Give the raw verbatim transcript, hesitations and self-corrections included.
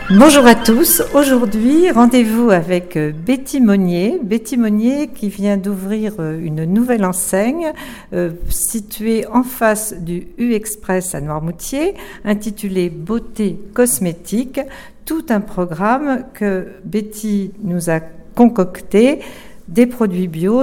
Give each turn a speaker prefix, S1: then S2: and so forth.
S1: Bonjour à tous. Aujourd'hui, rendez-vous avec Betty Monnier. Betty Monnier qui vient d'ouvrir une nouvelle enseigne euh, située en face du U-Express à Noirmoutier, intitulée Beauté cosmétique. Tout un programme que Betty nous a concocté, des produits bio,